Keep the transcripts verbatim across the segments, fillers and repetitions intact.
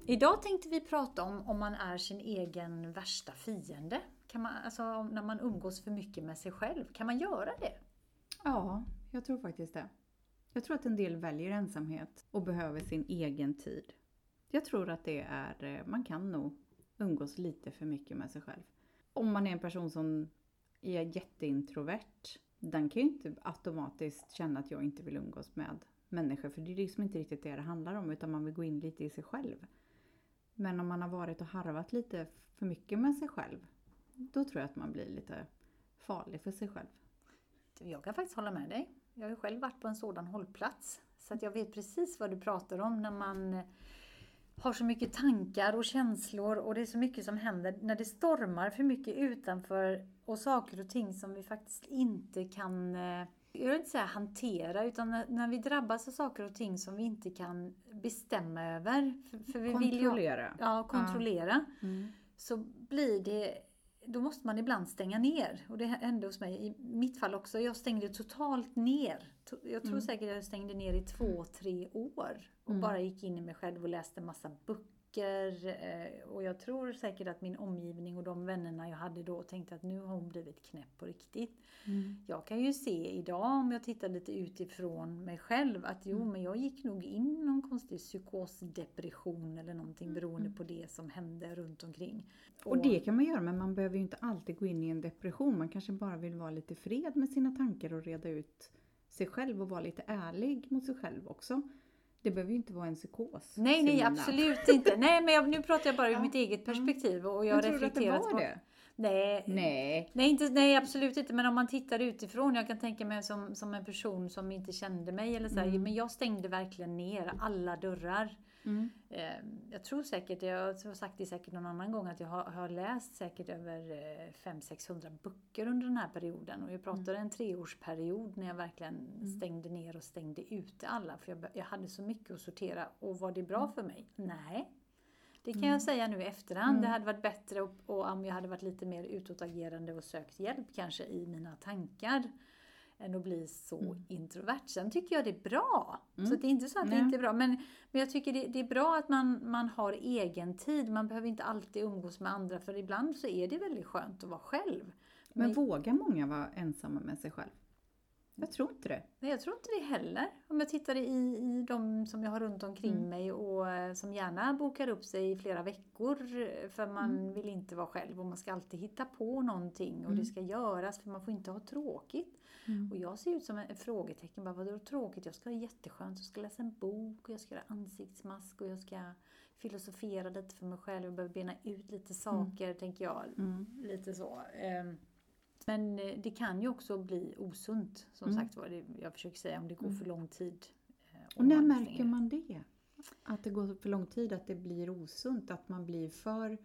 Idag tänkte vi prata om om man är sin egen värsta fiende. Kan man, alltså när man umgås för mycket med sig själv, kan man göra det? Ja, jag tror faktiskt det. Jag tror att en del väljer ensamhet och behöver sin egen tid. Jag tror att det är, man kan nog umgås lite för mycket med sig själv. Om man är en person som är jätteintrovert, den kan ju inte automatiskt känna att jag inte vill umgås med människor. För det är liksom inte riktigt det det handlar om, utan man vill gå in lite i sig själv. Men om man har varit och harvat lite för mycket med sig själv, då tror jag att man blir lite farlig för sig själv. Jag kan faktiskt hålla med dig. Jag har ju själv varit på en sådan hållplats. Så att jag vet precis vad du pratar om när man har så mycket tankar och känslor och det är så mycket som händer. När det stormar för mycket utanför och saker och ting som vi faktiskt inte kan, jag vill inte säga hantera, utan när, när vi drabbas av saker och ting som vi inte kan bestämma över. För, för vi kontrollera. Vill ju, ja, kontrollera. Ja. Mm. Så blir det, då måste man ibland stänga ner. Och det hände hos mig i mitt fall också. Jag stängde totalt ner. Jag tror mm. säkert att jag stängde ner i två, tre år. Och mm. bara gick in i mig själv och läste en massa böcker. Och jag tror säkert att min omgivning och de vännerna jag hade då tänkte att nu har hon blivit knäpp på riktigt. Mm. Jag kan ju se idag om jag tittar lite utifrån mig själv att jo, mm. men jag gick nog in i någon konstig psykosdepression eller någonting beroende mm. på det som hände runt omkring. Och, och det kan man göra, men man behöver ju inte alltid gå in i en depression. Man kanske bara vill vara lite fred med sina tankar och reda ut sig själv och vara lite ärlig mot sig själv också. Det behöver ju inte vara en psykos. Nej, nej, absolut inte. Nej, men jag, nu pratar jag bara ur ja. mitt eget perspektiv och jag men reflekterat tror du att det var det? Nej, nej. Nej, inte, nej, absolut inte. Men om man tittar utifrån, jag kan tänka mig som, som en person som inte kände mig. Eller så här, mm. Men jag stängde verkligen ner alla dörrar. Mm. Jag tror säkert, jag har sagt det säkert någon annan gång, att jag har, har läst säkert över fem till sexhundra böcker under den här perioden. Och jag pratar mm. en treårsperiod när jag verkligen mm. stängde ner och stängde ute alla. För jag, jag hade så mycket att sortera. Och var det bra mm. för mig? Nej. Det kan mm. jag säga nu i efterhand. Mm. Det hade varit bättre och, och om jag hade varit lite mer utåtagerande och sökt hjälp kanske i mina tankar. Än att bli så mm. introvert. Sen tycker jag det är bra. Mm. Så det är inte så att Nej. det inte är bra. Men, men jag tycker det, det är bra att man, man har egen tid. Man behöver inte alltid umgås med andra. För ibland så är det väldigt skönt att vara själv. Men, men vågar många vara ensamma med sig själv? Jag tror inte det. Nej, jag tror inte det heller. Om jag tittar i, i de som jag har runt omkring mm. mig och som gärna bokar upp sig i flera veckor för man mm. vill inte vara själv och man ska alltid hitta på någonting och mm. det ska göras för man får inte ha tråkigt. Mm. Och jag ser ut som en frågetecken, bara vad är det tråkigt? Jag ska ha jätteskönt, jag ska läsa en bok och jag ska göra ansiktsmask och jag ska filosofera lite för mig själv och behöver bena ut lite saker, mm. tänker jag. Mm. Lite så. Men det kan ju också bli osunt, som mm. sagt var. Jag försöker säga om det går mm. för lång tid. Och när märker man det? Att det går för lång tid, att det blir osunt, att man blir för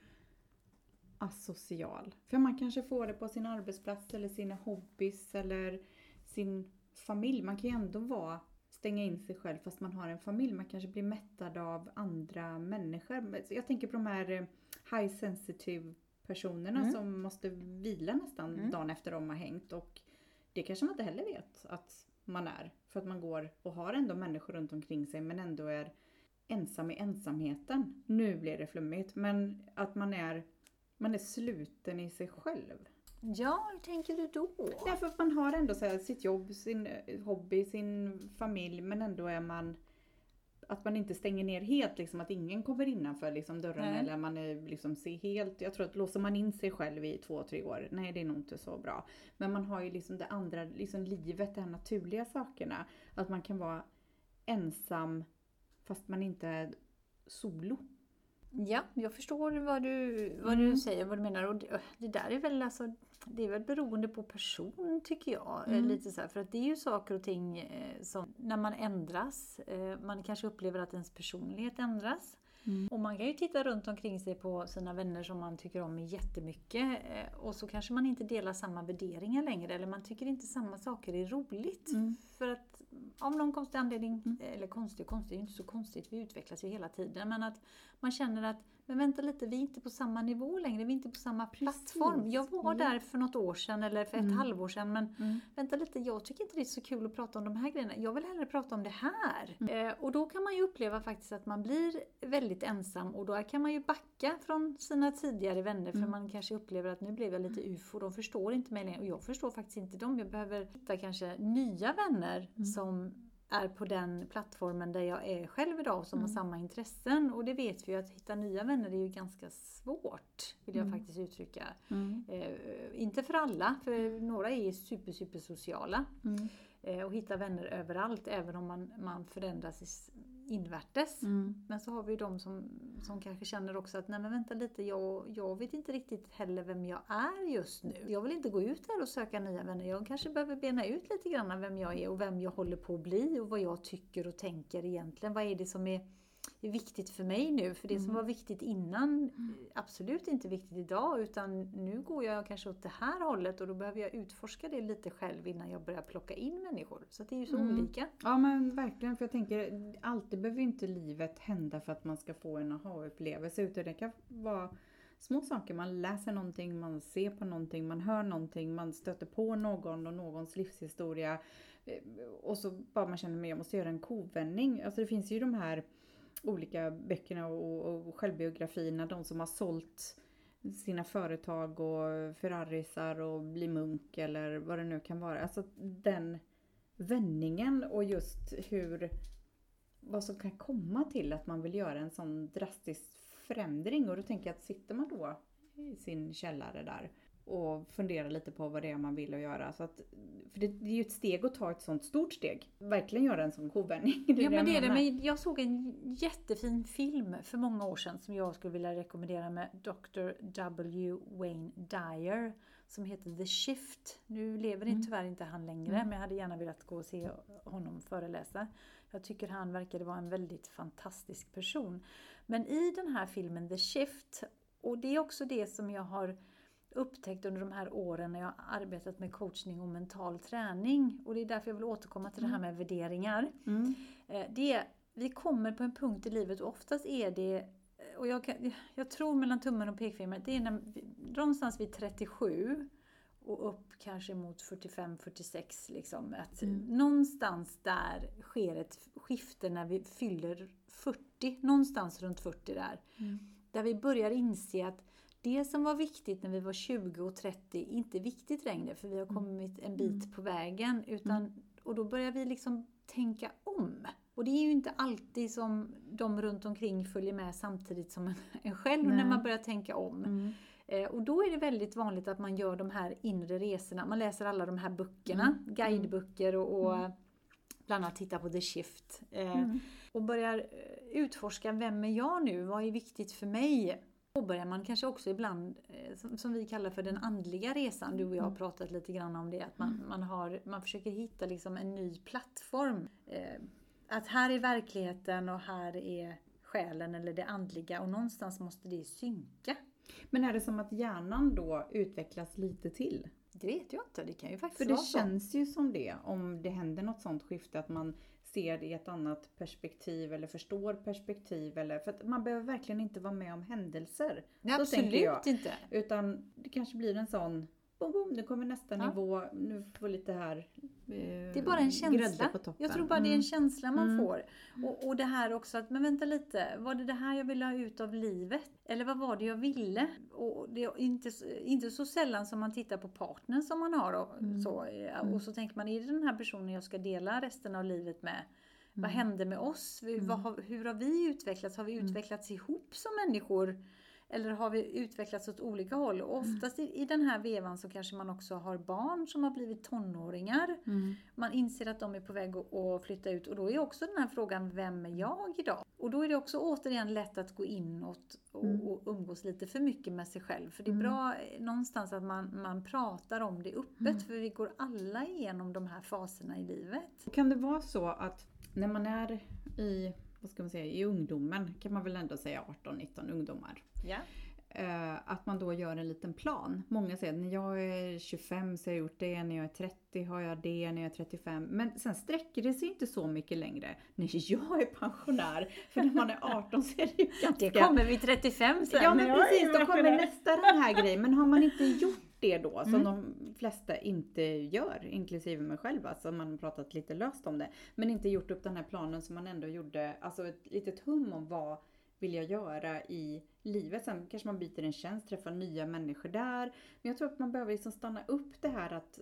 asocial. För man kanske får det på sin arbetsplats eller sina hobbys eller sin familj. Man kan ju ändå vara, stänga in sig själv fast man har en familj. Man kanske blir mättad av andra människor. Jag tänker på de här high sensitive personerna mm. som måste vila nästan mm. dagen efter de har hängt. Och det kanske man inte heller vet att man är. För att man går och har ändå människor runt omkring sig men ändå är ensam i ensamheten. Nu blir det flummigt. Men att man är, man är sluten i sig själv. Ja, hur tänker du då? Därför att man har ändå så här, sitt jobb, sin hobby, sin familj. Men ändå är man... Att man inte stänger ner helt, liksom, att ingen kommer innanför liksom, dörren. Nej. Eller man är, liksom, ser helt... Jag tror att låser man in sig själv i två, tre år. Nej, det är nog inte så bra. Men man har ju liksom det andra, liksom livet, de här naturliga sakerna. Att man kan vara ensam fast man inte är solo. Ja, jag förstår vad du, vad mm. du säger, vad du menar. Och det, det där är väl alltså... Det är väl beroende på person tycker jag. Mm. Lite så här, för att det är ju saker och ting eh, som när man ändras. Eh, man kanske upplever att ens personlighet ändras. Mm. Och man kan ju titta runt omkring sig på sina vänner som man tycker om jättemycket. Eh, och så kanske man inte delar samma värderingar längre. Eller man tycker inte samma saker är roligt. Mm. För att av någon konstig anledning. Mm. Eller konstigt, konstigt, det är inte så konstigt. Vi utvecklas ju hela tiden. Men att man känner att men vänta lite, vi är inte på samma nivå längre, vi är inte på samma Precis. plattform. Jag var Ja. där för något år sedan eller för ett Mm. halvår sedan, men Mm. vänta lite, jag tycker inte det är så kul att prata om de här grejerna. Jag vill hellre prata om det här. Mm. Eh, och då kan man ju uppleva faktiskt att man blir väldigt ensam och då kan man ju backa från sina tidigare vänner för Mm. man kanske upplever att nu blev jag lite ufo, de förstår inte mig längre och jag förstår faktiskt inte dem. Jag behöver hitta kanske nya vänner Mm. som är på den plattformen där jag är själv idag som Mm. har samma intressen. Och det vet vi ju att hitta nya vänner är ju ganska svårt, vill jag Mm. faktiskt uttrycka. Mm. Eh, inte för alla, för några är super, super sociala. Mm. Eh, och hitta vänner överallt, även om man, man förändras i- invärtes. Mm. Men så har vi ju de som, som kanske känner också att nej men vänta lite, jag, jag vet inte riktigt heller vem jag är just nu. Jag vill inte gå ut där och söka nya vänner. Jag kanske behöver bena ut lite grann vem jag är och vem jag håller på att bli och vad jag tycker och tänker egentligen. Vad är det som är, är viktigt för mig nu? För det som Mm. var viktigt innan, absolut inte viktigt idag, utan nu går jag kanske åt det här hållet och då behöver jag utforska det lite själv innan jag börjar plocka in människor. Så det är ju så Mm. olika. Ja men verkligen, för jag tänker alltid behöver ju inte livet hända för att man ska få en aha-upplevelse, utan det kan vara små saker. Man läser någonting, man ser på någonting, man hör någonting, man stöter på någon och någons livshistoria eh, och så bara man känner att jag måste göra en kovändning. Alltså det finns ju de här olika böckerna och, och självbiografierna, de som har sålt sina företag och Ferrarisar och bli munk eller vad det nu kan vara. Alltså den vändningen och just hur, vad som kan komma till att man vill göra en sån drastisk förändring. Och då tänker jag att sitter man då i sin källare där och funderar lite på vad det är man vill göra. Så att, för det, det är ju ett steg att ta ett sånt stort steg. Verkligen göra en sån kovändning. Ja men det är det, men jag såg en jättefin film för många år sedan som jag skulle vilja rekommendera med doktor W. Wayne Dyer som heter The Shift. Nu lever Mm. tyvärr inte han längre, Mm. men jag hade gärna velat gå och se honom föreläsa. Jag tycker han verkade vara en väldigt fantastisk person. Men i den här filmen The Shift, och det är också det som jag har upptäckt under de här åren när jag har arbetat med coachning och mental träning, och det är därför jag vill återkomma till det här med värderingar. Mm. Eh, Det är, vi kommer på en punkt i livet och oftast är det, och jag, kan, jag tror mellan tummen och pekfingret, det är när, någonstans vid trettiosju och upp kanske mot fyrtiofem fyrtiosex liksom, att Mm. någonstans där sker ett skifte när vi fyller fyrtio, någonstans runt fyrtio där, Mm. där vi börjar inse att det som var viktigt när vi var tjugo och trettio inte är viktigt längre, för vi har kommit en bit på vägen, utan, och då börjar vi liksom tänka om. Och det är ju inte alltid som de runt omkring följer med samtidigt som en, en själv Nej. när man börjar tänka om. Mm. Eh, och då är det väldigt vanligt att man gör de här inre resorna. Man läser alla de här böckerna, Mm. guideböcker och, och Mm. bland annat titta på The Shift. Eh, Mm. Och börjar eh, utforska, vem är jag nu? Vad är viktigt för mig? Då börjar man kanske också ibland, eh, som, som vi kallar för den andliga resan, du och jag har pratat lite grann om det, att man, man, har, man försöker hitta liksom en ny plattform. Eh, att här är verkligheten och här är själen eller det andliga, och någonstans måste det synka. Men är det som att hjärnan då utvecklas lite till? Det vet jag inte, det kan ju faktiskt För det vara så. känns ju som det, om det händer något sånt skifte, att man ser det i ett annat perspektiv eller förstår perspektiv. Eller, för att man behöver verkligen inte vara med om händelser. Nej, så tänker jag. absolut inte. Utan det kanske blir en sån, boom, boom, nu kommer nästa Ja. nivå, nu får lite här eh, Det är bara en känsla. på toppen. Jag tror bara det är en känsla man Mm. får. Och, och det här också att, men vänta lite, var det det här jag ville ha ut av livet? Eller vad var det jag ville? Och det är inte, inte så sällan som man tittar på partnern som man har. Och, Mm. så, och så tänker man, är det den här personen jag ska dela resten av livet med? Vad hände med oss? Vi- Vad har, hur har vi utvecklats? Har vi utvecklats ihop som människor? Eller har vi utvecklats åt olika håll? Och oftast i, i den här vevan så kanske man också har barn som har blivit tonåringar. Mm. Man inser att de är på väg att, att flytta ut. Och då är också den här frågan, vem är jag idag? Och då är det också återigen lätt att gå inåt och, Mm. och umgås lite för mycket med sig själv. För det är Mm. bra eh, någonstans att man, man pratar om det öppet. Mm. För vi går alla igenom de här faserna i livet. Kan det vara så att när man är i, vad ska man säga, i ungdomen, kan man väl ändå säga arton nitton ungdomar. Ja. Eh, att man då gör en liten plan. Många säger att när jag är tjugofem så har jag gjort det, när jag är trettio har jag det, när jag är trettiofem. Men sen sträcker det sig inte så mycket längre. När jag är pensionär, för när man är arton så är det ju ganska... Det kommer vid trettiofem sen. Ja men precis, då kommer nästa den här grejen. Men har man inte gjort det då, som Mm. de flesta inte gör, inklusive mig själv, alltså man har pratat lite löst om det, men inte gjort upp den här planen som man ändå gjorde, alltså ett litet hum om vad vill jag göra i livet. Sen kanske man byter en tjänst, träffar nya människor där. Men jag tror att man behöver liksom stanna upp det här att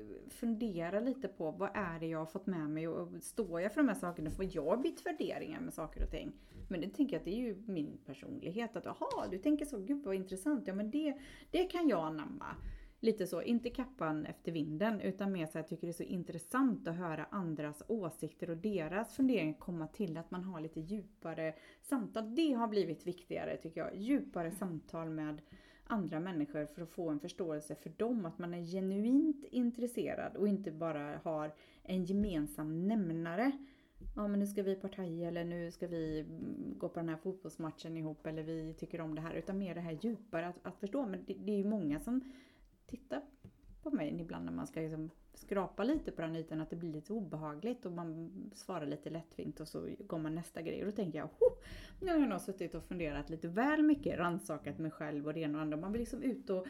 fundera lite på vad är det jag har fått med mig och står jag för de här sakerna, för jag har bytt värderingar med saker och ting. Men det tänker jag att det är ju min personlighet, att jaha, du tänker så, gud vad intressant, ja men det, det kan jag anamma. Lite så, inte kappan efter vinden, utan mer så jag tycker det är så intressant att höra andras åsikter och deras funderingar komma till, att man har lite djupare samtal. Det har blivit viktigare tycker jag, djupare samtal med andra människor för att få en förståelse för dem, att man är genuint intresserad och inte bara har en gemensam nämnare. Ja men nu ska vi partaja, eller nu ska vi gå på den här fotbollsmatchen ihop, eller vi tycker om det här, utan mer det här djupare att, att förstå. Men det, det är ju många som tittar på mig ibland när man ska liksom skrapa lite på den ytan, att det blir lite obehagligt och man svarar lite lättvindigt och så går man nästa grej. Och då tänker jag, nu har jag nog suttit och funderat lite väl mycket, rannsakat mig själv och det ena och andra. Man vill liksom ut och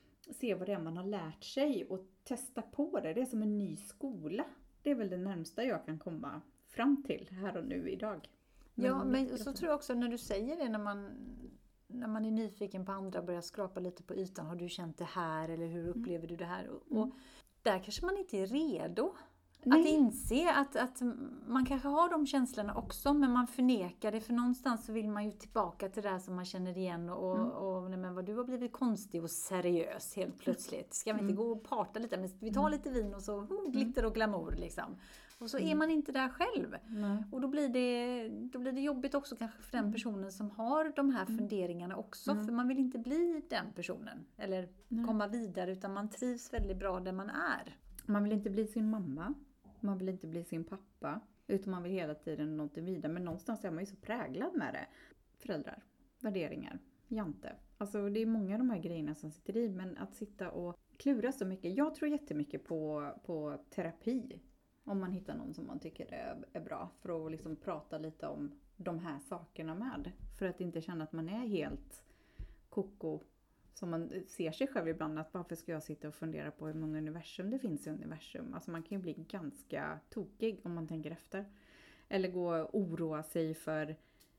se vad det är man har lärt sig och testa på det. Det är som en ny skola. Det är väl det närmsta jag kan komma fram till här och nu idag. Men Ja, men så tror jag också när du säger det, när man, när man är nyfiken på andra och börjar skrapa lite på ytan. Har du känt det här eller hur upplever du det här? Och, och där kanske man inte är redo. Nej. Att inse att, att man kanske har de känslorna också, men man förnekar det. För någonstans så vill man ju tillbaka till det där som man känner igen. Och, Mm. och nej men vad du har blivit konstig och seriös helt plötsligt. Ska vi inte Mm. gå och parta lite? Men vi tar lite vin och så oh, glitter och glamour liksom. Och så är man inte där själv. Nej. Och då blir, det, då blir det jobbigt också kanske för den personen som har de här funderingarna också. Mm. För man vill inte bli den personen. Eller Nej. komma vidare, utan man trivs väldigt bra där man är. Man vill inte bli sin mamma. Man vill inte bli sin pappa. Utan man vill hela tiden någonting vidare. Men någonstans är man ju så präglad med det. Föräldrar, värderingar, jante. Alltså det är många av de här grejerna som sitter i. Men att sitta och klura så mycket. Jag tror jättemycket på, på terapi. Om man hittar någon som man tycker är, är bra. För att liksom prata lite om de här sakerna med. För att inte känna att man är helt koko. Som man ser sig själv ibland, att varför ska jag sitta och fundera på hur många universum det finns i universum. Alltså man kan ju bli ganska tokig om man tänker efter. Eller gå och oroa sig för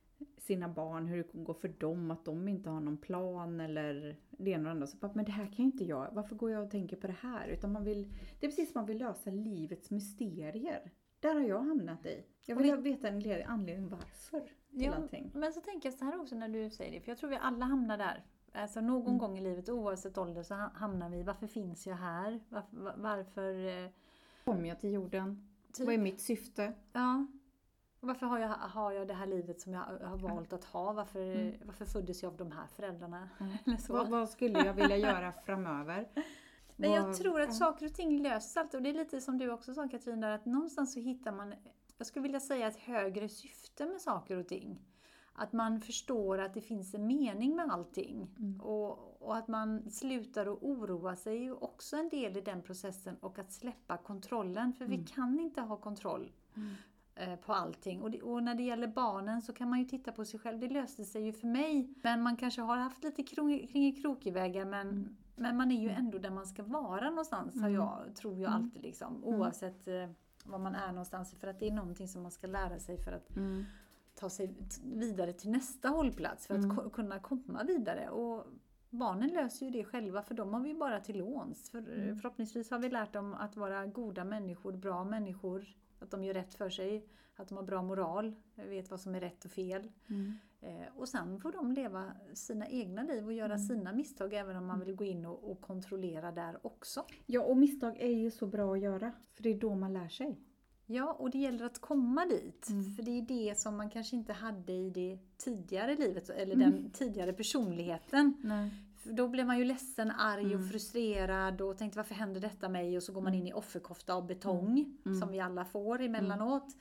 sina barn, hur det kommer gå för dem, att de inte har någon plan eller det ena och andra. Så bara, men det här kan ju inte jag, varför går jag och tänker på det här? Utan man vill, det är precis som man vill lösa livets mysterier. Där har jag hamnat i. Jag vill Och veta en anledning varför till Ja, allting. men så tänker jag så här också när du säger det. För jag tror vi alla hamnar där. Alltså någon Mm. gång i livet, oavsett ålder, så ha- hamnar vi. Varför finns jag här? Varför? va- varför eh, Kommer jag till jorden? typ, Vad är mitt syfte? ja. Varför har jag, har jag det här livet som jag har valt att ha? Varför, Mm. varför föddes jag av de här föräldrarna? Mm. Eller så. Vad, vad skulle jag vilja göra framöver? Men jag Vad- tror att ja. saker och ting löses alltid. Och det är lite som du också sa, Katrin, där att någonstans så hittar man, jag skulle vilja säga, ett högre syfte med saker och ting. Att man förstår att det finns en mening med allting. Mm. Och, och att man slutar att oroa sig är ju också en del i den processen. Och att släppa kontrollen. För vi Mm. kan inte ha kontroll Mm. eh, på allting. Och, det, och när det gäller barnen så kan man ju titta på sig själv. Det löste sig ju för mig. Men man kanske har haft lite kring, kring krokigvägar. Men, Mm. men man är ju ändå där man ska vara någonstans. Har Mm. jag, tror jag Mm. alltid liksom. Oavsett eh, var man är någonstans. För att det är någonting som man ska lära sig för att Mm. ta sig t- vidare till nästa hållplats för att Mm. ko- kunna komma vidare. Och barnen löser ju det själva, för de har vi ju bara till låns. För, Mm. Förhoppningsvis har vi lärt dem att vara goda människor, bra människor, att de gör rätt för sig, att de har bra moral, vet vad som är rätt och fel. Mm. Eh, och sen får de leva sina egna liv och göra Mm. sina misstag, även om man vill gå in och, och kontrollera där också. Ja, och misstag är ju så bra att göra. För det är då man lär sig. Ja, och det gäller att komma dit. Mm. För det är det som man kanske inte hade i det tidigare livet, eller Mm. den tidigare personligheten. Nej. För då blev man ju ledsen, arg Mm. och frustrerad och tänkte, varför händer detta mig? Och så går man in i offerkofta av betong, Mm. som vi alla får emellanåt.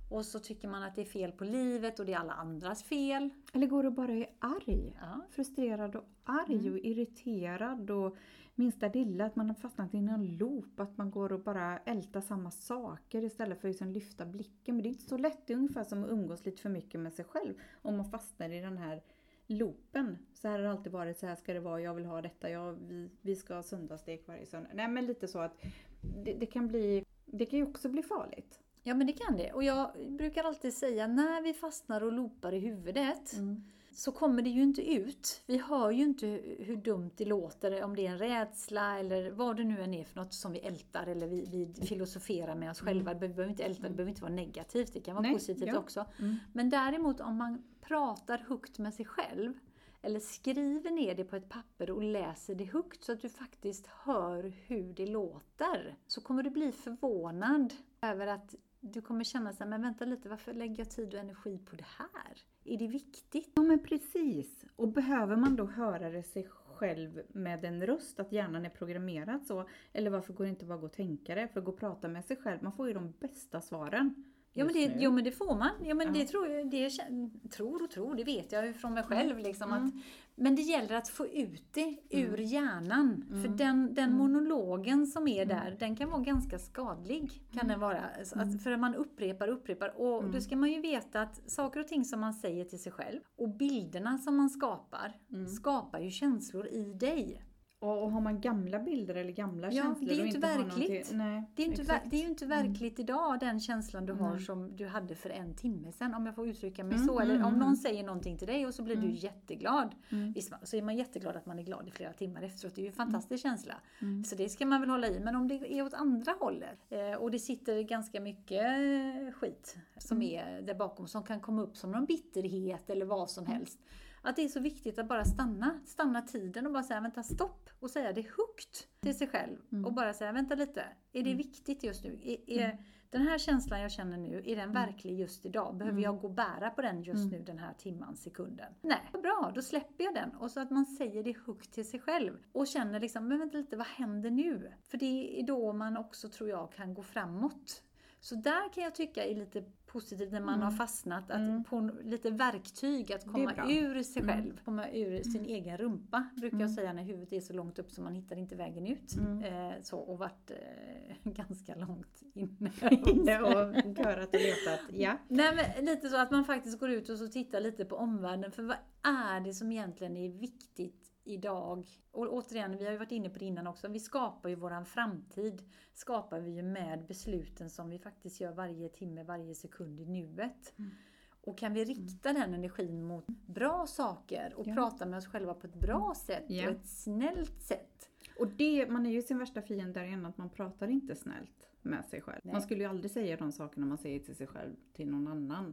Och så tycker man att det är fel på livet och det är alla andras fel. Eller går du bara är arg? Ja. Frustrerad och arg Mm. och irriterad och minsta lilla, att man har fastnat i en loop, att man går och bara ältar samma saker istället för att liksom lyfta blicken. Men det är inte så lätt, det är ungefär som att umgås lite för mycket med sig själv om man fastnar i den här loopen. Så här har det alltid varit, så här ska det vara, jag vill ha detta, jag, vi, vi ska ha söndagsstek varje söndag. Nej, men lite så att det, det kan bli, det kan ju också bli farligt. Ja, men det kan det. Och jag brukar alltid säga, när vi fastnar och loopar i huvudet Mm. så kommer det ju inte ut. Vi hör ju inte hur dumt det låter, om det är en rädsla eller vad det nu än är för något som vi ältar eller vi, vi filosoferar med oss själva. Det behöver inte älta, det behöver inte vara negativt, det kan vara Nej, positivt ja. också. Mm. Men däremot om man pratar högt med sig själv eller skriver ner det på ett papper och läser det högt så att du faktiskt hör hur det låter, så kommer du bli förvånad över att du kommer känna sig, men vänta lite, varför lägger jag tid och energi på det här? Är det viktigt? Ja, men precis. Och behöver man då höra det sig själv med en röst, att hjärnan är programmerad så, eller varför går det inte bara att gå och tänka det, för att gå och prata med sig själv? Man får ju de bästa svaren. Ja men, det, jo men det får man. Ja, men Ja. det tror jag, det tror och tror, det vet jag ju från mig själv. Liksom, Mm. att, men det gäller att få ut det ur Mm. hjärnan. Mm. För den, den Mm. monologen som är Mm. där, den kan vara ganska skadlig. Kan Mm. den vara. Så Mm. Att, för man upprepar och upprepar. Och Mm. då ska man ju veta att saker och ting som man säger till sig själv och bilderna som man skapar, Mm. skapar ju känslor i dig. Och, och har man gamla bilder eller gamla Ja, känslor det är ju och inte har verkligt. någonting- Nej, Det är, inte, exakt. ver- det är ju inte verkligt idag, den känslan du har Nej. som du hade för en timme sedan, om jag får uttrycka mig Mm, så. Eller mm, om mm. någon säger någonting till dig och så blir Mm. du jätteglad. Mm. Visst, så är man jätteglad att man är glad i flera timmar efteråt. Det är ju en fantastisk känsla. Mm. Så det ska man väl hålla i. Men om det är åt andra hållet eh, och det sitter ganska mycket eh, skit som Mm. är där bakom, som kan komma upp som någon bitterhet eller vad som helst. Att det är så viktigt att bara stanna, stanna tiden och bara säga vänta stopp och säga det högt till sig själv. Mm. Och bara säga vänta lite, är det Mm. viktigt just nu? Är, är Mm. den här känslan jag känner nu, är den verklig just idag? Behöver Mm. jag gå och bära på den just Mm. nu den här timman, sekunden? Nej, bra, då släpper jag den. Och så att man säger det högt till sig själv. Och känner liksom, men vänta lite, vad händer nu? För det är då man också, tror jag, kan gå framåt. Så där kan jag tycka är lite positivt när man Mm. har fastnat. Att Mm. på lite verktyg att Det är komma bra. ur sig Mm. själv. Komma ur sin egen rumpa. Brukar jag Mm. säga när huvudet är så långt upp så man hittar inte vägen ut. Mm. Eh, så, och varit eh, ganska långt inne. Inne och görat och letat. Ja. Nej, men lite så att man faktiskt går ut och så tittar lite på omvärlden. För vad är det som egentligen är viktigt idag? Och återigen, vi har ju varit inne på det innan också. Vi skapar ju våran framtid. Skapar vi ju med besluten som vi faktiskt gör varje timme, varje sekund i nuet. Mm. Och kan vi rikta den energin mot bra saker och Ja. prata med oss själva på ett bra sätt Ja. och ett snällt sätt. Och det, man är ju sin värsta fiende där igen, att man pratar inte snällt med sig själv. Nej. Man skulle ju aldrig säga de sakerna man säger till sig själv till någon annan.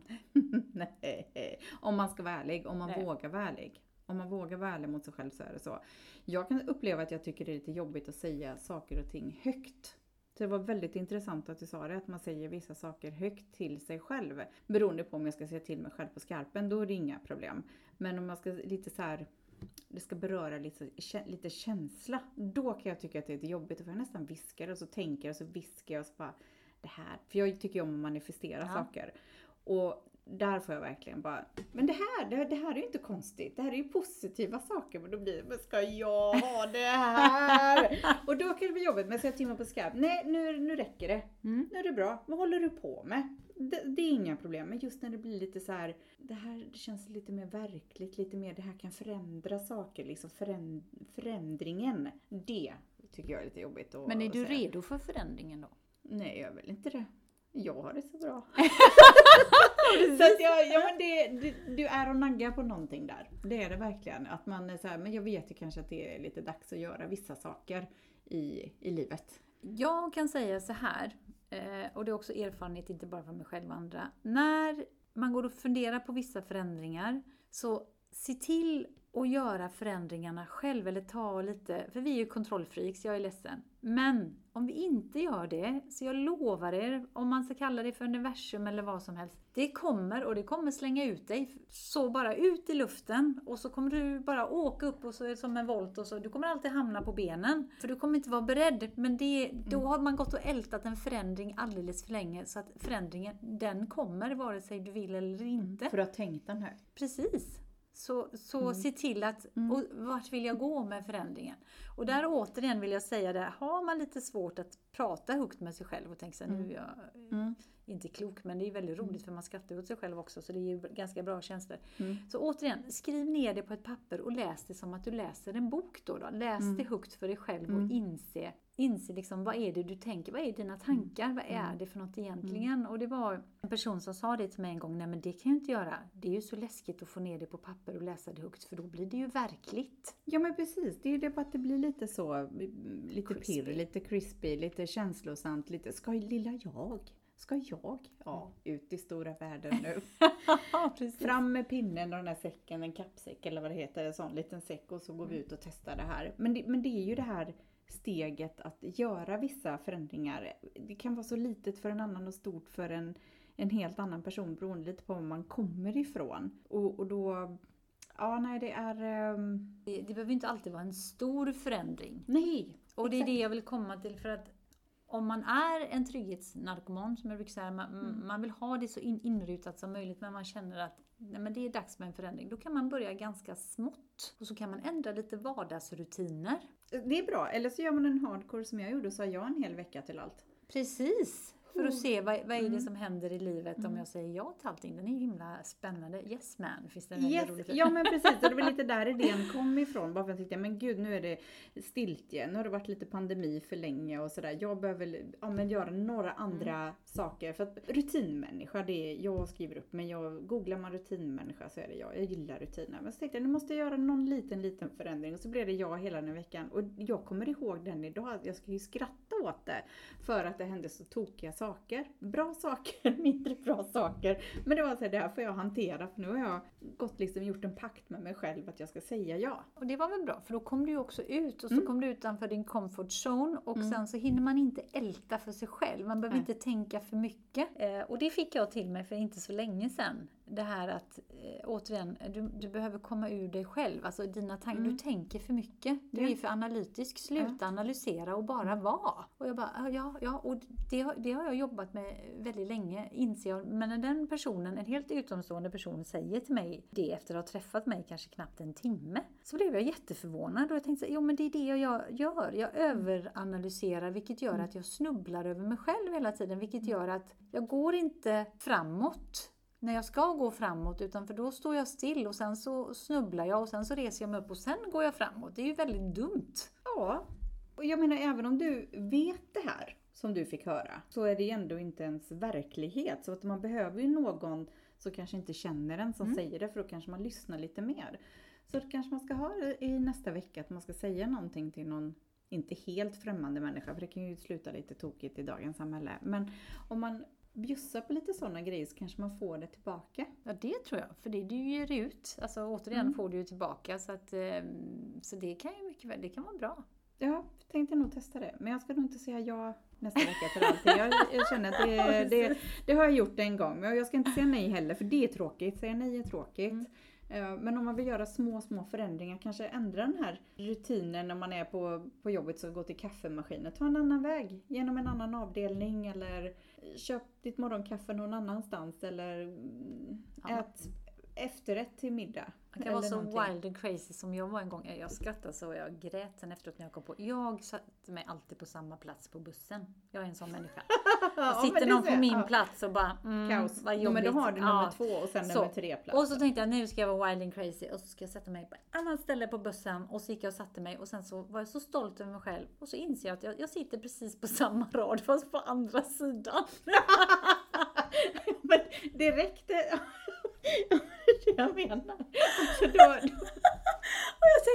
Nej. Om man ska vara ärlig, om man Nej. vågar vara ärlig. Om man vågar vara ärlig mot sig själv så är det så. Jag kan uppleva att jag tycker det är lite jobbigt att säga saker och ting högt. Så det var väldigt intressant att du sa det, att man säger vissa saker högt till sig själv. Beroende på om jag ska säga till mig själv på skarpen, då är det inga problem. Men om man ska lite så här, det ska beröra lite, lite känsla, då kan jag tycka att det är lite jobbigt. För jag nästan viskar och så tänker och så viskar jag och så bara, det här. För jag tycker ju om att manifestera Ja. saker. Och där får jag verkligen bara, men det här, det, det här är ju inte konstigt. Det här är ju positiva saker. Men då blir det, men ska jag ha det här? Och då kan det bli jobbigt. Men så jag timmar på skarp. Nej, nu, nu räcker det. Mm. Nu är det bra. Vad håller du på med? Det, det är inga problem. Men just när det blir lite så här, det här det känns lite mer verkligt. Lite mer, det här kan förändra saker. Liksom föränd, förändringen. Det tycker jag är lite jobbigt att Men är du säga. redo för förändringen då? Nej, jag vill inte det. Jag har det så bra. Så att jag, ja, men det, du, du är och naggar på någonting där. Det är det verkligen. Att man är så här, men jag vet ju kanske att det är lite dags att göra vissa saker i, i livet. Jag kan säga så här, eh, och det är också erfarenhet inte bara från mig själv och andra. När man går och funderar på vissa förändringar, så se till och göra förändringarna själv eller ta lite, för vi är ju kontrollfreaks, jag är ledsen. Men om vi inte gör det, så jag lovar er, om man ska kalla det för universum eller vad som helst, det kommer och det kommer slänga ut dig, så bara ut i luften och så kommer du bara åka upp och så är det som en volt och så, du kommer alltid hamna på benen, för du kommer inte vara beredd, men det, då har man gått och ältat en förändring alldeles för länge, så att förändringen, den kommer vare sig du vill eller inte. För du har tänkt den här. Precis. Så, så mm. se till att, mm. och vart vill jag gå med förändringen? Och där återigen vill jag säga det, har man lite svårt att prata högt med sig själv och tänka sig, mm. nu är jag mm. inte klok, men det är väldigt roligt mm. för man skrattar åt sig själv också, så det är ju ganska bra tjänster. Mm. Så återigen, skriv ner det på ett papper och läs det som att du läser en bok då. då. Läs mm. det högt för dig själv mm. och inse, inse liksom, vad är det du tänker, vad är dina tankar, mm. vad är det för något egentligen? Mm. Och det var en person som sa det till mig en gång, nej men det kan jag inte göra. Det är ju så läskigt att få ner det på papper och läsa det högt, för då blir det ju verkligt. Ja men precis, det är ju det bara att det blir lite så, lite Crispy. pirr, lite crispy, lite känslosamt, lite, ska lilla jag? Ska jag? Ja, ut i stora världen nu. Fram med pinnen och den här säcken, en kappsäck eller vad det heter, en sån liten säck, och så går vi ut och testar det här. Men det, men det är ju det här steget att göra vissa förändringar. Det kan vara så litet för en annan och stort för en, en helt annan person, beroende lite på var man kommer ifrån. Och, och då, ja nej det är... Um... Det, det behöver inte alltid vara en stor förändring. Nej! Och det är det jag vill komma till, för att om man är en trygghetsnarkoman, som jag brukar säga, man, mm. man vill ha det så in, inrutat som möjligt, men man känner att nej, men det är dags med en förändring. Då kan man börja ganska smått och så kan man ändra lite vardagsrutiner. Det är bra, eller så gör man en hardcore som jag gjorde och sa ja en hel vecka till allt. Precis, för att se vad, vad är det mm. som händer i livet mm. om jag säger ja till allting. Den är himla spännande. Yes man, finns det yes. roligt. Ja men precis, och det var lite där idén kom ifrån. Bara för att jag tyckte, men gud nu är det stiltje. Nu har det varit lite pandemi för länge och sådär. Jag behöver ja, men göra några andra mm. saker. För att rutinmänniska, det är jag skriver upp. Men jag googlar man rutinmänniska så är det jag. Jag gillar rutiner. Men så tänkte jag, nu måste jag göra någon liten, liten förändring. Och så blev det jag hela den här veckan. Och jag kommer ihåg den idag. Jag ska ju skratta åt det. För att det hände så tokiga saker. Bra saker, mindre bra saker. Men det var så här, det här får jag hantera. För nu har jag gått liksom gjort en pakt med mig själv att jag ska säga ja. Och det var väl bra, för då kom du ju också ut. Och så mm. kom du utanför din comfort zone. Och mm. sen så hinner man inte älta för sig själv. Man behöver Nej. inte tänka för mycket. Eh, och det fick jag till mig för inte så länge sedan. Det här att, eh, återigen, du, du behöver komma ur dig själv. Alltså dina tankar, mm. du tänker för mycket. Du ja. är för analytisk. Sluta ja. analysera och bara vara. Och jag bara, ja, ja. Och det, det har jag jobbat med väldigt länge, inser jag. Men när den personen, en helt utomstående person, säger till mig det efter att ha träffat mig kanske knappt en timme, så blev jag jätteförvånad. Och jag tänkte, jo men det är det jag gör. Jag överanalyserar, vilket gör mm. att jag snubblar över mig själv hela tiden. Vilket gör att jag går inte framåt när jag ska gå framåt, utan för då står jag still och sen så snubblar jag och sen så reser jag mig upp och sen går jag framåt. Det är ju väldigt dumt. Ja, och jag menar även om du vet det här som du fick höra, så är det ändå inte ens verklighet. Så att man behöver ju någon som kanske inte känner en som mm. säger det, för då kanske man lyssnar lite mer. Så det kanske man ska ha i nästa vecka, att man ska säga någonting till någon inte helt främmande människa, för det kan ju sluta lite tokigt i dagens samhälle. Men om man bjussar på lite sådana grejer så kanske man får det tillbaka. Ja, det tror jag. För det du ger ut, alltså återigen mm. får du ju tillbaka. Så, att, så det kan ju mycket väl, det kan vara bra. Ja, jag tänkte nog testa det. Men jag ska nog inte säga ja nästa vecka till allting. Jag, jag känner att det, det, det har jag gjort en gång. Men jag ska inte säga nej heller, för det är tråkigt. Säga nej är tråkigt. Mm. Men om man vill göra små, små förändringar, kanske ändra den här rutinen när man är på, på jobbet, så gå till kaffemaskinen. Ta en annan väg, genom en annan avdelning, eller köp ditt morgonkaffe någon annanstans, eller ja. ät efterrätt till middag. Man kan vara så någonting. Wild and crazy som jag var en gång. Jag skrattade så jag grät sen efteråt när jag kom på. Jag satte mig alltid på samma plats på bussen. Jag är en sån människa. Jag sitter ja, någon på min ja. plats och bara, mm, kaos. Vad jobbigt. Ja, men då har du nummer ja. två och sen så. nummer tre plats. Och så tänkte jag, nu ska jag vara wild and crazy. Och så ska jag sätta mig på ett annat ställe på bussen. Och så gick jag och satte mig. Och sen så var jag så stolt över mig själv. Och så inser jag att jag, jag sitter precis på samma rad, fast på andra sidan. Men det räckte... Jag menar. Så då, då. Och jag tänkte bara så här, och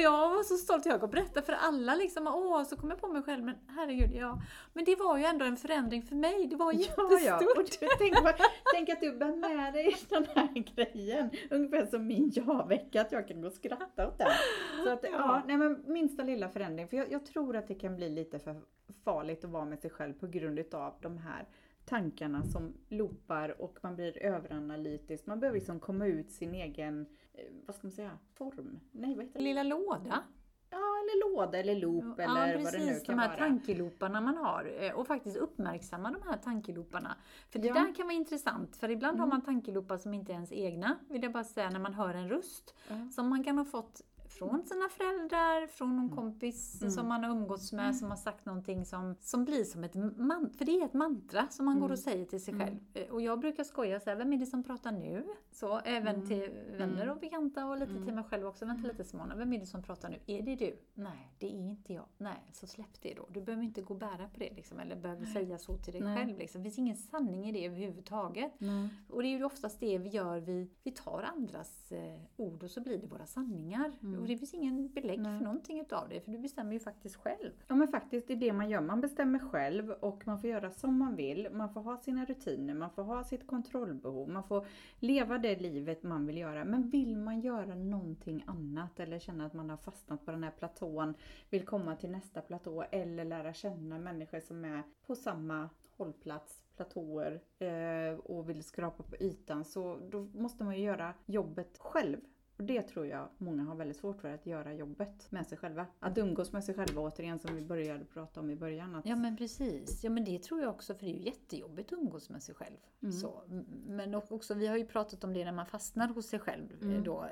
jag var så stolt. Jag går och berätta för alla liksom. Åh, så kom jag på mig själv. Men herregud, ja. Men det var ju ändå en förändring för mig. Det var jättestort. Ja, ja. Och du, tänk, tänk att du bär med dig den här grejen. Ungefär som min ja-vecka. Att jag kan gå och skratta åt den. Så att, ja. Ja, nej, men minsta lilla förändring. För jag, jag tror att det kan bli lite för farligt att vara med sig själv på grund av de här tankarna som loopar och man blir överanalytisk. Man behöver liksom komma ut sin egen, vad ska man säga, form. Nej, vad heter det? Lilla låda. Ja, eller låda eller loop ja, eller precis, vad det nu kan vara. De här tankelooparna man har. Och faktiskt uppmärksamma de här tankelooparna. För det ja. där kan vara intressant. För ibland mm. har man tankeloopar som inte är ens egna. Vill jag bara säga, när man hör en röst. Mm. Som man kan ha fått från sina föräldrar, från någon kompis mm. som man har umgåtts med, mm. som har sagt någonting som, som blir som ett mantra. För det är ett mantra som man mm. går och säger till sig själv. Mm. Och jag brukar skoja så här, vem är det som pratar nu? Så även mm. till vänner och bekanta och lite mm. till mig själv också. Vänta lite Simona, vem är det som pratar nu? Är det du? Nej, det är inte jag. Nej, så släpp det då. Du behöver inte gå och bära på det liksom, eller behöver Nej. säga så till dig Nej. själv. Liksom. Det finns ingen sanning i det överhuvudtaget. Nej. Och det är ju oftast det vi gör. Vi, vi tar andras eh, ord och så blir det våra sanningar. Mm. Och det finns ingen belägg Nej. för någonting utav det. För du bestämmer ju faktiskt själv. Ja, men faktiskt det är det man gör. Man bestämmer själv och man får göra som man vill. Man får ha sina rutiner. Man får ha sitt kontrollbehov. Man får leva det livet man vill göra. Men vill man göra någonting annat eller känna att man har fastnat på den här platån, vill komma till nästa platå eller lära känna människor som är på samma hållplats, platåer eh, och vill skrapa på ytan, så då måste man ju göra jobbet själv. Och det tror jag många har väldigt svårt för, att göra jobbet med sig själva. Att umgås med sig själva återigen, som vi började prata om i början. Att... Ja men precis. Ja men det tror jag också, för det är ju jättejobbigt att umgås med sig själv. Mm. Så, men också, vi har ju pratat om det när man fastnar hos sig själv mm. då.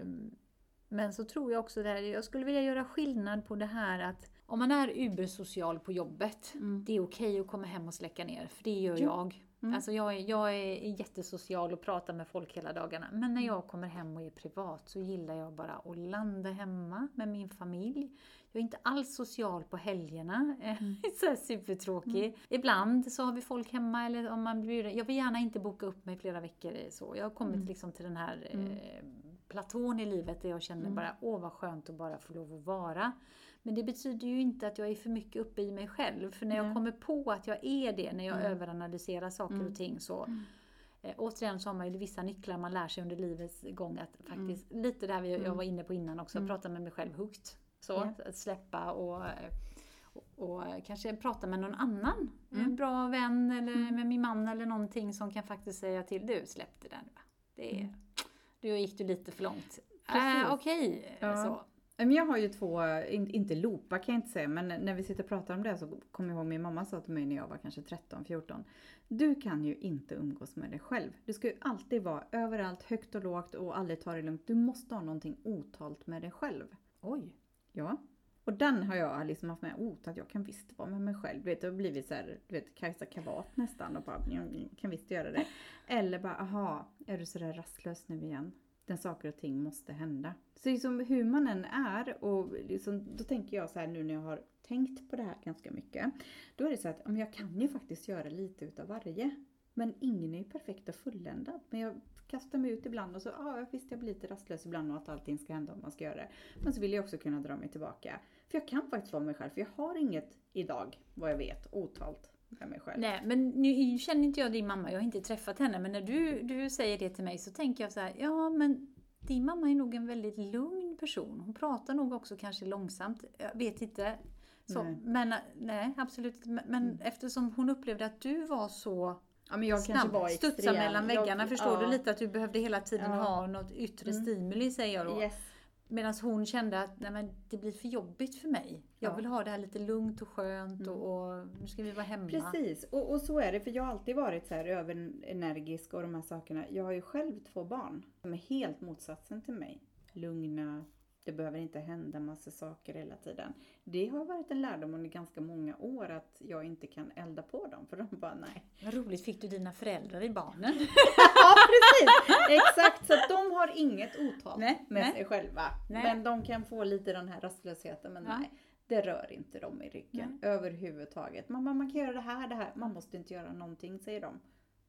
Men så tror jag också det här, jag skulle vilja göra skillnad på det här att om man är ubersocial på jobbet, mm. det är okej att komma hem och släcka ner, för det gör ja. jag. Mm. Alltså jag är, jag är jättesocial och pratar med folk hela dagarna. Men när jag kommer hem och är privat så gillar jag bara att landa hemma med min familj. Jag är inte alls social på helgerna. Mm. Så här supertråkig. Mm. Ibland så har vi folk hemma, eller om man blir, jag vill gärna inte boka upp mig flera veckor. Så jag har kommit mm. liksom till den här mm. eh, platån i livet där jag känner mm. bara, åh vad skönt att bara få lov att vara. Men det betyder ju inte att jag är för mycket uppe i mig själv. För när jag mm. kommer på att jag är det, när jag mm. överanalyserar saker mm. och ting så... Mm. Eh, återigen så har man ju vissa nycklar man lär sig under livets gång. Att faktiskt, mm. lite där jag, jag var inne på innan också, mm. prata med mig själv högt. Så, mm. att släppa och, och, och kanske prata med någon annan. Mm. En bra vän eller mm. med min man eller någonting som kan faktiskt säga till, du släppte den. Det är, mm. Då gick du lite för långt. Äh, Okej, okay. ja. så. Men jag har ju två, inte loopar kan jag inte säga, men när vi sitter och pratar om det så kommer jag ihåg min mamma sa till mig när jag var kanske tretton fjorton. Du kan ju inte umgås med dig själv. Du ska ju alltid vara överallt, högt och lågt och aldrig ta det lugnt. Du måste ha någonting otalt med dig själv. Oj. Ja. Och den har jag liksom haft med ot, att jag kan visst vara med mig själv. Du vet, det har blivit så här, du vet, Kajsa Kavat nästan och bara, jag kan visst göra det. Eller bara, aha, är du så där rastlös nu igen? Den saker och ting måste hända. Så liksom hur man än är, och liksom, då tänker jag så här nu när jag har tänkt på det här ganska mycket. Då är det så att om jag kan ju faktiskt göra lite utav varje. Men ingen är ju perfekt och fulländad. Men jag kastar mig ut ibland och så, ja ah, visst jag blir lite rastlös ibland och att allting ska hända om man ska göra det. Men så vill jag också kunna dra mig tillbaka. För jag kan faktiskt vara mig själv, för jag har inget idag, vad jag vet, otalt. Mig själv. Nej, men nu känner inte jag din mamma, jag har inte träffat henne, men när du, du säger det till mig så tänker jag så här, ja men din mamma är nog en väldigt lugn person. Hon pratar nog också kanske långsamt, jag vet inte. Så, nej. Men nej, absolut. Men, men mm. eftersom hon upplevde att du var så ja, men jag snabb, kanske var studsa extrem. mellan väggarna, jag, förstår ja. du lite att du behövde hela tiden ja. ha något yttre mm. stimuli, säger jag då. Yes. Medan hon kände att nej, men det blir för jobbigt för mig. Jag ja. vill ha det här lite lugnt och skönt mm. och, och nu ska vi vara hemma. Precis, och, och så är det. För jag har alltid varit så här överenergisk och de här sakerna. Jag har ju själv två barn som är helt motsatsen till mig. Lugna, det behöver inte hända massa saker hela tiden. Det har varit en lärdom under ganska många år att jag inte kan elda på dem. För de bara nej. Vad roligt, fick du dina föräldrar i barnen? Ja, precis. Exakt, så att de har inget otal nej, med nej. sig själva. Nej. Men de kan få lite den här rastlösheten. Men ja. nej, det rör inte dem i ryggen nej. överhuvudtaget. Man, man kan göra det här, det här. Man måste inte göra någonting, säger de.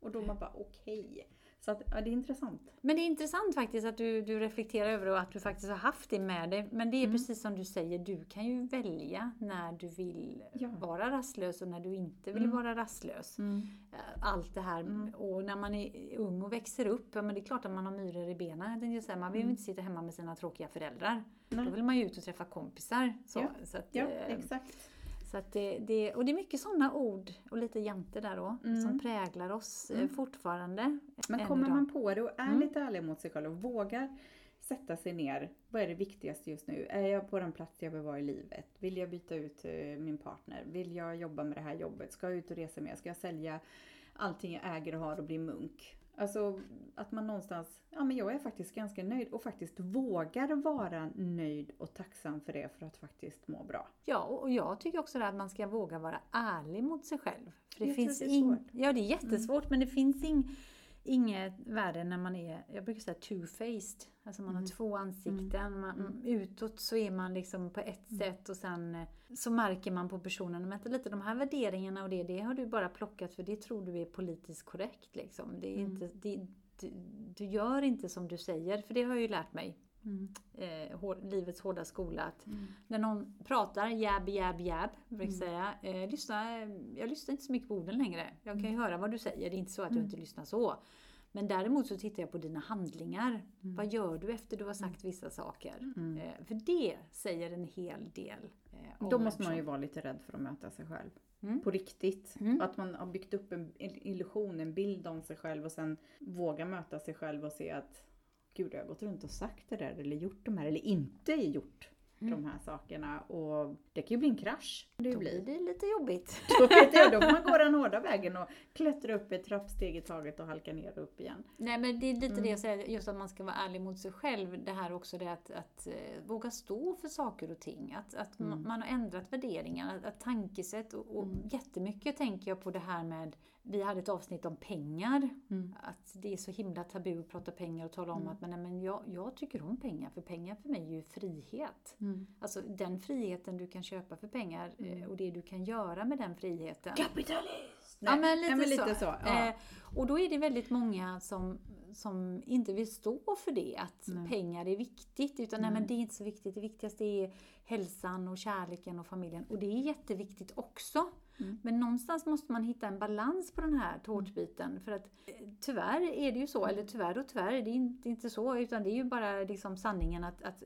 Och då man bara okej. Okay. Så att, ja, det är intressant. Men det är intressant faktiskt att du, du reflekterar över och att du faktiskt har haft det med dig. Men det är mm. precis som du säger, du kan ju välja när du vill ja. vara rastlös och när du inte vill mm. vara rastlös. Mm. Allt det här. Mm. Och när man är ung och växer upp, ja, men det är klart att man har myror i benen. Jag säga, man vill ju mm. inte sitta hemma med sina tråkiga föräldrar. Nej. Då vill man ju ut och träffa kompisar. Så, ja, så att, ja eh, exakt. Så att det, det, och det är mycket sådana ord och lite jante där då mm. som präglar oss mm. fortfarande. Men kommer man på det och är mm. lite ärlig mot sig själv och vågar sätta sig ner. Vad är det viktigaste just nu? Är jag på den plats jag vill vara i livet? Vill jag byta ut min partner? Vill jag jobba med det här jobbet? Ska jag ut och resa mer? Ska jag sälja allting jag äger och har och bli munk? Alltså att man någonstans, ja men jag är faktiskt ganska nöjd och faktiskt vågar vara nöjd och tacksam för det för att faktiskt må bra. Ja, och jag tycker också att man ska våga vara ärlig mot sig själv. För det jag finns det är in... svårt. Ja, det är jättesvårt mm. men det finns ing... inget värde när man är, jag brukar säga two-faced. Alltså man mm. har två ansikten. Mm. Man, utåt så är man liksom på ett mm. sätt och sen så märker man på personen. Men lite de här värderingarna och det, det har du bara plockat för det tror du är politiskt korrekt liksom. Det är mm. inte, det, du, du gör inte som du säger, för det har jag ju lärt mig. Mm. Eh, hår, livets hårda skola att mm. när någon pratar jab, jab, jab brukar jag säga, eh, lyssna, jag lyssnar inte så mycket på orden längre. Jag kan ju mm. höra vad du säger, det är inte så att mm. jag inte lyssnar så. Men däremot så tittar jag på dina handlingar. Mm. Vad gör du efter du har sagt vissa saker? Mm. Eh, för det säger en hel del. Eh, Då måste man ju vara lite rädd för att möta sig själv. Mm. På riktigt. Mm. Att man har byggt upp en illusion, en bild om sig själv och sen våga möta sig själv och se att gud, jag har gått runt och sagt det där eller gjort de här eller inte gjort mm. de här sakerna och det kan ju bli en krasch. Det då blir det lite jobbigt. Då, vet jag, då får man gå den hårda vägen och klättra upp ett trappsteg i taget och halka ner och upp igen. Nej, men det är lite mm. det jag säger, just att man ska vara ärlig mot sig själv. Det här också det att, att uh, våga stå för saker och ting. Att, att mm. man, man har ändrat värderingar, att, att tankesätt och, och mm. jättemycket tänker jag på det här med, vi hade ett avsnitt om pengar. Mm. Att det är så himla tabu att prata pengar och tala om mm. att men, nej, men jag, jag tycker om pengar. För pengar för mig är ju frihet. Mm. Alltså den friheten du kan köpa för pengar mm. och det du kan göra med den friheten. Kapitalist! Ja, men lite, ja, men lite så. så. Ja. Eh, och då är det väldigt många som, som inte vill stå för det. Att nej. pengar är viktigt. Utan mm. nej, men det är inte så viktigt. Det viktigaste är hälsan och kärleken och familjen. Och det är jätteviktigt också. Mm. Men någonstans måste man hitta en balans på den här tårtbiten. För att tyvärr är det ju så, eller tyvärr och tyvärr är det inte, inte så. Utan det är ju bara liksom sanningen att, att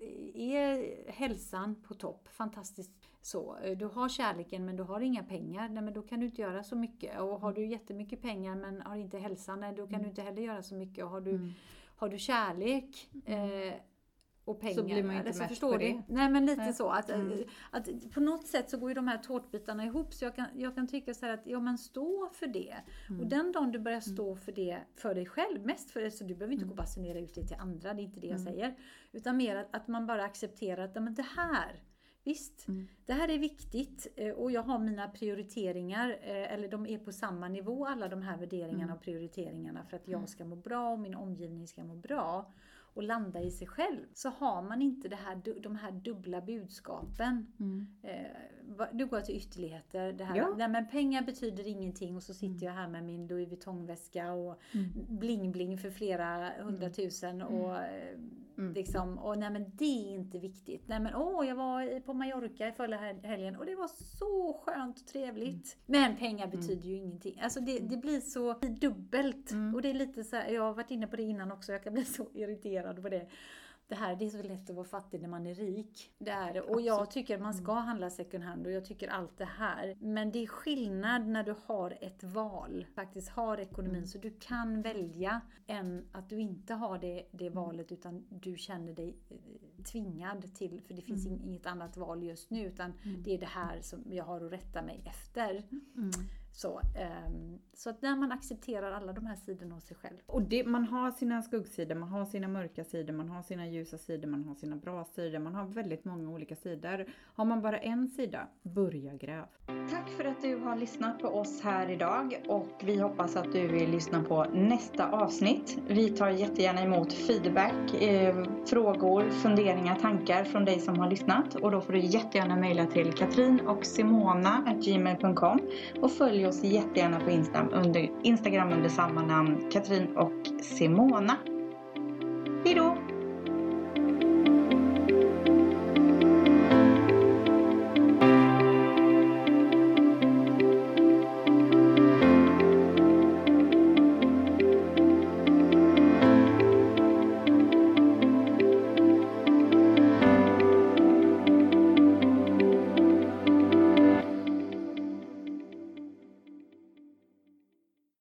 är hälsan på topp, fantastiskt så. Du har kärleken men du har inga pengar, nej, men då kan du inte göra så mycket. Och har du jättemycket pengar men har inte hälsan, nej, då kan mm. du inte heller göra så mycket. Och har du, mm. har du kärlek... Eh, och pengar. Så blir man inte alltså, mätt förstår på det. det. Nej, men lite Nej. så. Att, mm. att, att på något sätt så går ju de här tårtbitarna ihop. Så jag kan, jag kan tycka så här att ja, men stå för det. Mm. Och den dagen du börjar stå för det för dig själv, mest för det, så du behöver inte mm. gå och basunera ut det till andra. Det är inte det jag mm. säger. Utan mer att, att man bara accepterar att men det här, visst, mm. det här är viktigt. Och jag har mina prioriteringar. Eller de är på samma nivå, alla de här värderingarna mm. och prioriteringarna. För att jag ska må bra och min omgivning ska må bra. Och landa i sig själv, så har man inte det här, de här dubbla budskapen. Mm. Eh, du går till ytterligheter. Det här, ja. Nej, men pengar betyder ingenting och så sitter mm. jag här med min Louis Vuitton-väska och mm. bling-bling för flera hundratusen. Mm. Och, mm. liksom, och nej men det är inte viktigt. Nej men åh, jag var på Mallorca i förra helgen och det var så skönt och trevligt. Mm. Men pengar betyder mm. ju ingenting. Alltså det, det blir så dubbelt. Mm. Och det är lite så här, jag har varit inne på det innan också, jag kan bli så irriterad på det. Det här, det är så lätt att vara fattig när man är rik. Det är det. Och jag tycker att man ska handla second hand och jag tycker allt det här. Men det är skillnad när du har ett val. Faktiskt har ekonomin mm. så du kan välja än att du inte har det, det valet utan du känner dig tvingad till. För det finns mm. inget annat val just nu utan mm. det är det här som jag har att rätta mig efter. Mm. Så, um, så att när man accepterar alla de här sidorna hos sig själv. Och det, man har sina skuggsidor, man har sina mörka sidor, man har sina ljusa sidor, man har sina bra sidor, man har väldigt många olika sidor. Har man bara en sida, börja gräv. Tack för att du har lyssnat på oss här idag och vi hoppas att du vill lyssna på nästa avsnitt. Vi tar jättegärna emot feedback, eh, frågor, funderingar, tankar från dig som har lyssnat och då får du jättegärna mejla till Katrin och Simona at gmail dot com och följ oss jättegärna på Instagram under, Instagram under samma namn, Katrin och Simona. Hej då!